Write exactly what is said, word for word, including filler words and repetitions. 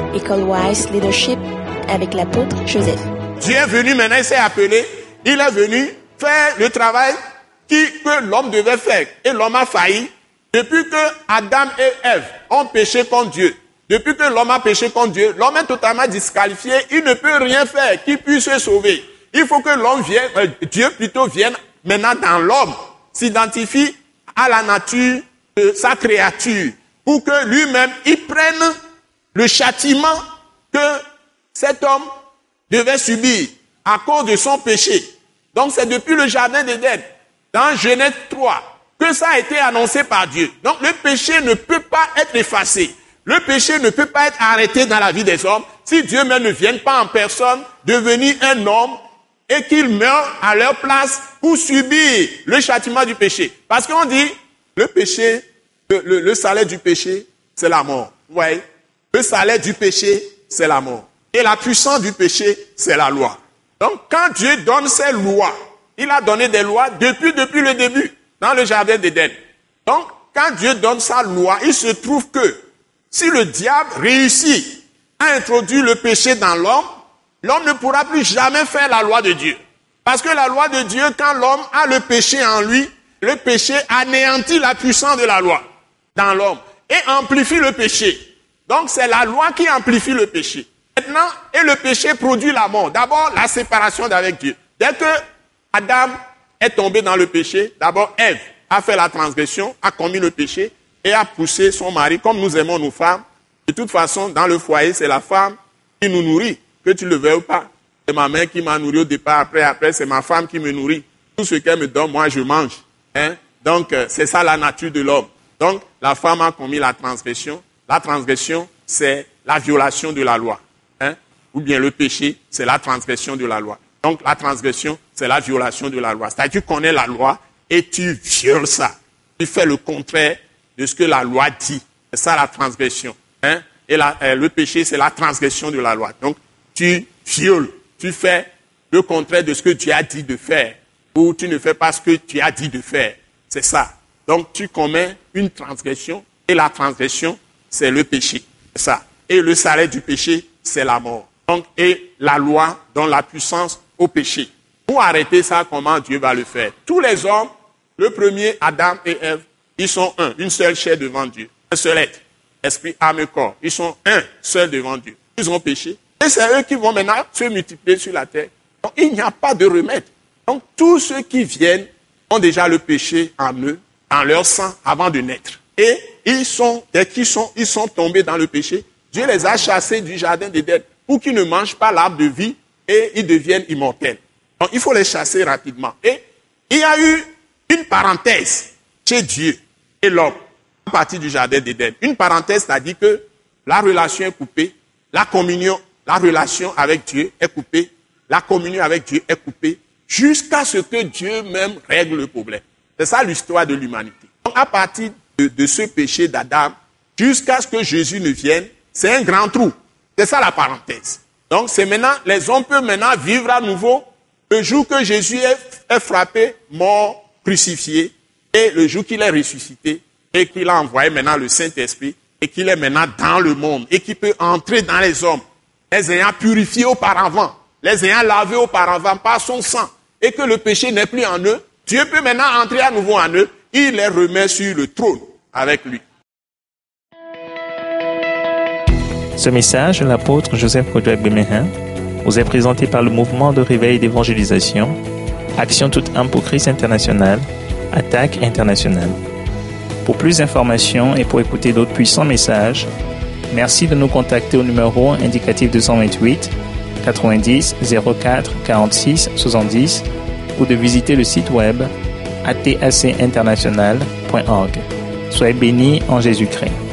École Wise Leadership avec l'apôtre Joseph. Dieu est venu maintenant, il s'est appelé, il est venu faire le travail qui, que l'homme devait faire. Et l'homme a failli. Depuis que Adam et Ève ont péché contre Dieu, depuis que l'homme a péché contre Dieu, l'homme est totalement disqualifié, il ne peut rien faire qui puisse se sauver. Il faut que l'homme vienne, euh, Dieu plutôt vienne maintenant dans l'homme, s'identifie à la nature de sa créature, pour que lui-même, il prenne le châtiment que cet homme devait subir à cause de son péché. Donc c'est depuis le jardin d'Éden, dans Genèse trois, que ça a été annoncé par Dieu. Donc le péché ne peut pas être effacé. Le péché ne peut pas être arrêté dans la vie des hommes si Dieu même ne vient pas en personne devenir un homme et qu'il meure à leur place pour subir le châtiment du péché. Parce qu'on dit, le péché, le, le, le salaire du péché, c'est la mort. Vous voyez? Le salaire du péché, c'est la mort. Et la puissance du péché, c'est la loi. Donc quand Dieu donne ses lois, il a donné des lois depuis, depuis le début, dans le jardin d'Éden. Donc quand Dieu donne sa loi, il se trouve que si le diable réussit à introduire le péché dans l'homme, l'homme ne pourra plus jamais faire la loi de Dieu. Parce que la loi de Dieu, quand l'homme a le péché en lui, le péché anéantit la puissance de la loi dans l'homme et amplifie le péché. Donc c'est la loi qui amplifie le péché. Maintenant, et le péché produit la mort. D'abord, la séparation d'avec Dieu. Dès que Adam est tombé dans le péché, d'abord Ève a fait la transgression, a commis le péché et a poussé son mari, comme nous aimons nos femmes. De toute façon, dans le foyer, c'est la femme qui nous nourrit, que tu le veuilles ou pas. C'est ma mère qui m'a nourri au départ, après, après, c'est ma femme qui me nourrit. Tout ce qu'elle me donne, moi, je mange. Hein? Donc, euh, c'est ça la nature de l'homme. Donc, la femme a commis la transgression. La transgression, c'est la violation de la loi. Hein? Ou bien le péché, c'est la transgression de la loi. Donc, la transgression, c'est la violation de la loi. C'est-à-dire que tu connais la loi et tu violes ça. Tu fais le contraire de ce que la loi dit. C'est ça la transgression. Hein? Et la, euh, le péché, c'est la transgression de la loi. Donc, tu violes, tu fais le contraire de ce que Dieu a dit de faire. Ou tu ne fais pas ce que tu as dit de faire. C'est ça. Donc, tu commets une transgression. Et la transgression, c'est le péché. C'est ça. Et le salaire du péché, c'est la mort. Donc, et la loi donne la puissance au péché. Pour arrêter ça, comment Dieu va le faire? Tous les hommes, le premier, Adam et Ève, ils sont un, une seule chair devant Dieu. Un seul être. Esprit, âme et corps. Ils sont un seul devant Dieu. Ils ont péché. Et c'est eux qui vont maintenant se multiplier sur la terre. Donc, il n'y a pas de remède. Donc, tous ceux qui viennent ont déjà le péché en eux, en leur sang, avant de naître. Et ils sont, dès qu'ils sont, ils sont tombés dans le péché, Dieu les a chassés du jardin d'Éden pour qu'ils ne mangent pas l'arbre de vie et ils deviennent immortels. Donc, il faut les chasser rapidement. Et il y a eu une parenthèse chez Dieu et l'homme à partir du jardin d'Éden. Une parenthèse, c'est-à-dire que la relation est coupée, la communion, la relation avec Dieu est coupée, la communion avec Dieu est coupée, jusqu'à ce que Dieu même règle le problème. C'est ça l'histoire de l'humanité. Donc, à partir de, de ce péché d'Adam, jusqu'à ce que Jésus ne vienne, c'est un grand trou. C'est ça la parenthèse. Donc, c'est maintenant, les hommes peuvent maintenant vivre à nouveau le jour que Jésus est, est frappé, mort, crucifié, et le jour qu'il est ressuscité, et qu'il a envoyé maintenant le Saint-Esprit, et qu'il est maintenant dans le monde, et qu'il peut entrer dans les hommes, les ayant purifiés auparavant, les ayant lavés auparavant par son sang, et que le péché n'est plus en eux, Dieu peut maintenant entrer à nouveau en eux, il les remet sur le trône avec lui. Ce message de l'apôtre Joseph Kodouak Bemehin vous est présenté par le mouvement de réveil d'évangélisation, Action toute âme pour Christ international, Attaque internationale. Pour plus d'informations et pour écouter d'autres puissants messages, merci de nous contacter au numéro indicatif deux cent vingt-huit, quatre-vingt-dix, zéro quatre, quarante-six, soixante-dix ou de visiter le site web a t a c international point org. Soyez bénis en Jésus-Christ.